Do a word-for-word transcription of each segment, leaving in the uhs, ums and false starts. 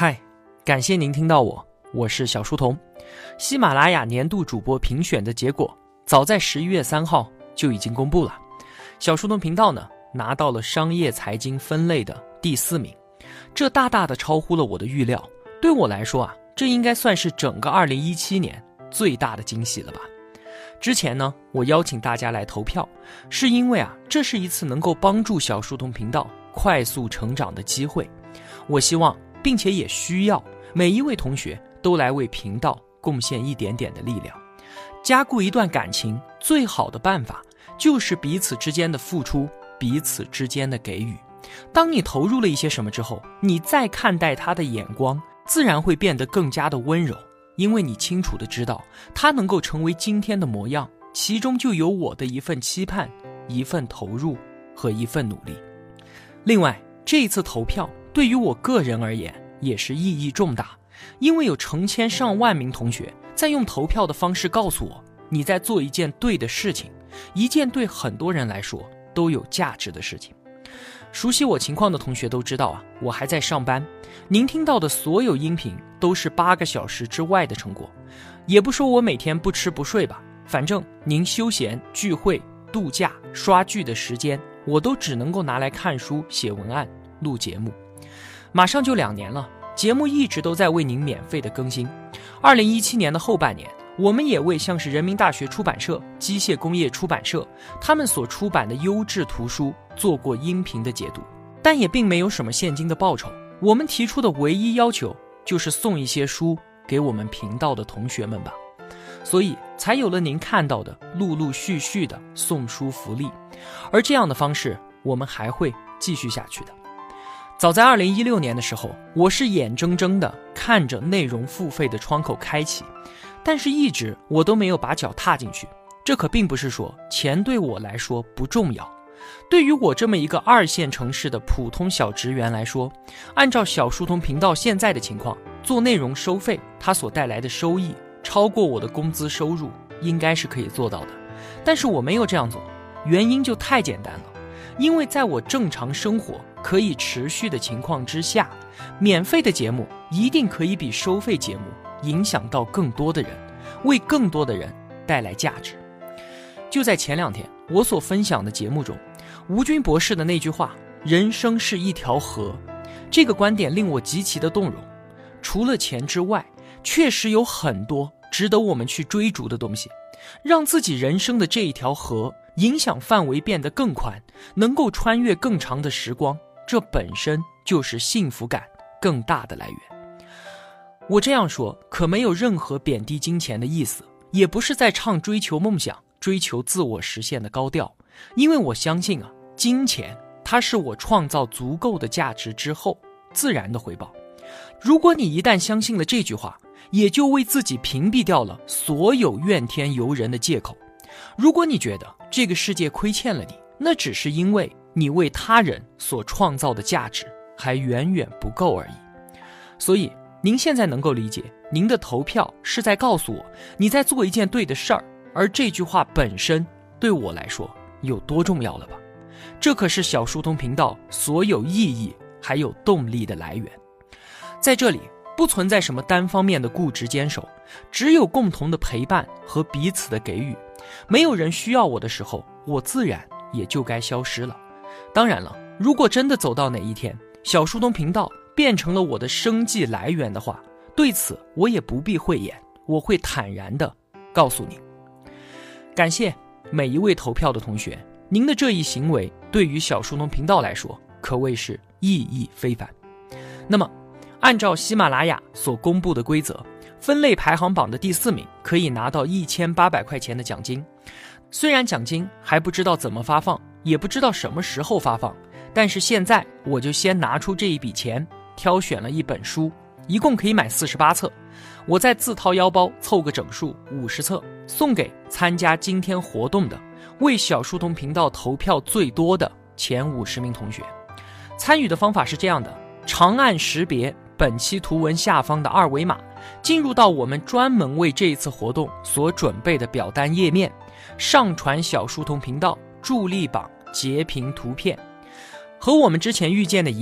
嗨，感谢您听到我，我是小书童。喜马拉雅年度主播评选的结果，早在十一月三号就已经公布了。小书童频道呢，拿到了商业财经分类的第四名，这大大的超乎了我的预料。对我来说啊，这应该算是整个二零一七年最大的惊喜了吧。之前呢，我邀请大家来投票，是因为啊，这是一次能够帮助小书童频道快速成长的机会。我希望并且也需要每一位同学都来为频道贡献一点点的力量。加固一段感情最好的办法就是彼此之间的付出，彼此之间的给予。当你投入了一些什么之后，你再看待他的眼光自然会变得更加的温柔，因为你清楚地知道他能够成为今天的模样，其中就有我的一份期盼，一份投入和一份努力。另外，这一次投票对于我个人而言也是意义重大，因为有成千上万名同学在用投票的方式告诉我，你在做一件对的事情，一件对很多人来说都有价值的事情。熟悉我情况的同学都知道啊，我还在上班，您听到的所有音频都是八个小时之外的成果。也不说我每天不吃不睡吧，反正您休闲、聚会、度假、刷剧的时间，我都只能够拿来看书、写文案、录节目。马上就两年了，节目一直都在为您免费的更新。二零一七年的后半年，我们也为像是人民大学出版社、机械工业出版社他们所出版的优质图书做过音频的解读，但也并没有什么现金的报酬。我们提出的唯一要求就是送一些书给我们频道的同学们吧，所以才有了您看到的陆陆续续的送书福利。而这样的方式我们还会继续下去的。早在二零一六年的时候，我是眼睁睁的看着内容付费的窗口开启，但是一直我都没有把脚踏进去。这可并不是说钱对我来说不重要，对于我这么一个二线城市的普通小职员来说，按照小书童频道现在的情况，做内容收费它所带来的收益超过我的工资收入，应该是可以做到的。但是我没有这样做，原因就太简单了，因为在我正常生活可以持续的情况之下，免费的节目一定可以比收费节目影响到更多的人，为更多的人带来价值。就在前两天我所分享的节目中，吴军博士的那句话，人生是一条河，这个观点令我极其的动容。除了钱之外，确实有很多值得我们去追逐的东西，让自己人生的这一条河影响范围变得更宽，能够穿越更长的时光，这本身就是幸福感更大的来源。我这样说可没有任何贬低金钱的意思，也不是在唱追求梦想、追求自我实现的高调，因为我相信啊，金钱它是我创造足够的价值之后自然的回报。如果你一旦相信了这句话，也就为自己屏蔽掉了所有怨天尤人的借口。如果你觉得这个世界亏欠了你，那只是因为你为他人所创造的价值还远远不够而已。所以您现在能够理解，您的投票是在告诉我你在做一件对的事儿，而这句话本身对我来说有多重要了吧？这可是小书童频道所有意义还有动力的来源。在这里不存在什么单方面的固执坚守，只有共同的陪伴和彼此的给予。没有人需要我的时候，我自然也就该消失了。当然了，如果真的走到哪一天，小书童频道变成了我的生计来源的话，对此我也不必讳言，我会坦然地告诉你。感谢每一位投票的同学，您的这一行为对于小书童频道来说可谓是意义非凡。那么按照喜马拉雅所公布的规则，分类排行榜的第四名可以拿到一千八百块钱的奖金。虽然奖金还不知道怎么发放，也不知道什么时候发放，但是现在我就先拿出这一笔钱，挑选了一本书，一共可以买四十八册，我再自掏腰包凑个整数五十册，送给参加今天活动的为小书童频道投票最多的前五十名同学。参与的方法是这样的，长按识别本期图文下方的二维码，进入到我们专门为这一次活动所准备的表单页面，上传小书童频道助力榜截屏图片。和我们之前预见的一样，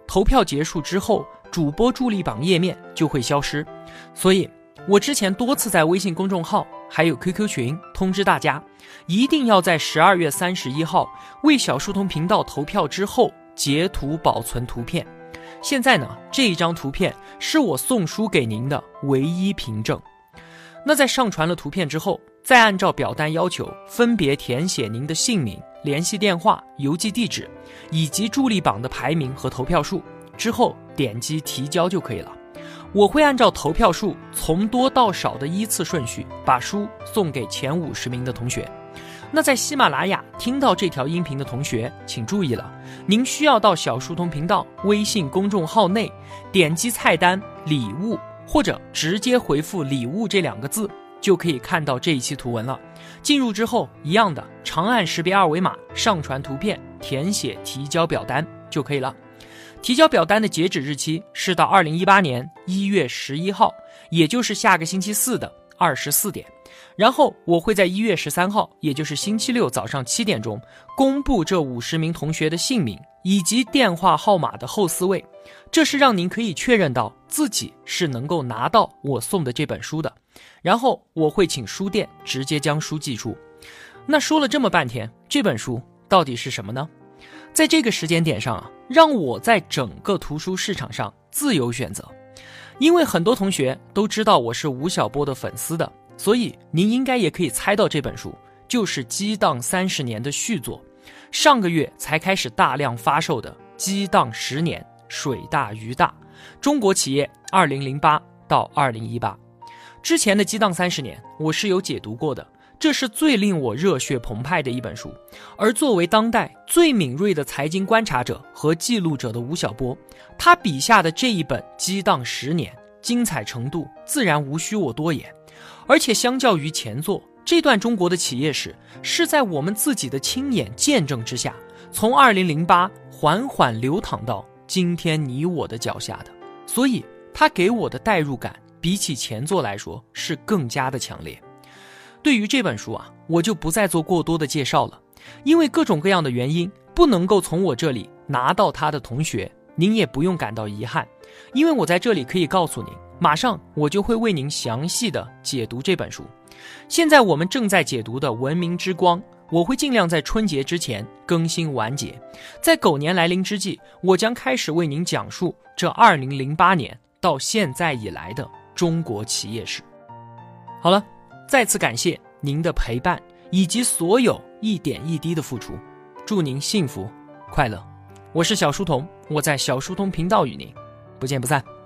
投票结束之后，主播助力榜页面就会消失。所以我之前多次在微信公众号还有 Q Q 群通知大家，一定要在十二月三十一号为小书童频道投票之后截图保存图片。现在呢，这一张图片是我送书给您的唯一凭证。那在上传了图片之后，再按照表单要求分别填写您的姓名、联系电话、邮寄地址以及助力榜的排名和投票数，之后点击提交就可以了。我会按照投票数从多到少的依次顺序把书送给前五十名的同学。那在喜马拉雅听到这条音频的同学请注意了，您需要到小书童频道微信公众号内点击菜单礼物，或者直接回复礼物这两个字，就可以看到这一期图文了。进入之后一样的长按识别二维码上传图片，填写提交表单就可以了。提交表单的截止日期是到二零一八年一月十一号，也就是下个星期四的二十四点。然后我会在一月十三号，也就是星期六早上七点钟公布这五十名同学的姓名以及电话号码的后四位，这是让您可以确认到自己是能够拿到我送的这本书的。然后我会请书店直接将书寄出。那说了这么半天，这本书到底是什么呢？在这个时间点上啊，让我在整个图书市场上自由选择。因为很多同学都知道我是吴晓波的粉丝的，所以您应该也可以猜到这本书就是《激荡三十年》的续作，上个月才开始大量发售的《激荡十年》，水大鱼大，中国企业二零零八到二零一八。之前的《激荡三十年》我是有解读过的，这是最令我热血澎湃的一本书。而作为当代最敏锐的财经观察者和记录者的吴晓波，他笔下的这一本《激荡十年》精彩程度自然无需我多言。而且相较于前作，这段中国的企业史是在我们自己的亲眼见证之下，从二零零八缓缓流淌到今天你我的脚下的，所以它给我的代入感比起前作来说是更加的强烈。对于这本书啊，我就不再做过多的介绍了，因为各种各样的原因不能够从我这里拿到它的同学，您也不用感到遗憾，因为我在这里可以告诉您，马上我就会为您详细的解读这本书。现在我们正在解读的《文明之光》，我会尽量在春节之前更新完结。在狗年来临之际，我将开始为您讲述这二零零八年到现在以来的中国企业史。好了，再次感谢您的陪伴以及所有一点一滴的付出，祝您幸福快乐。我是小书童，我在小书童频道与您不见不散。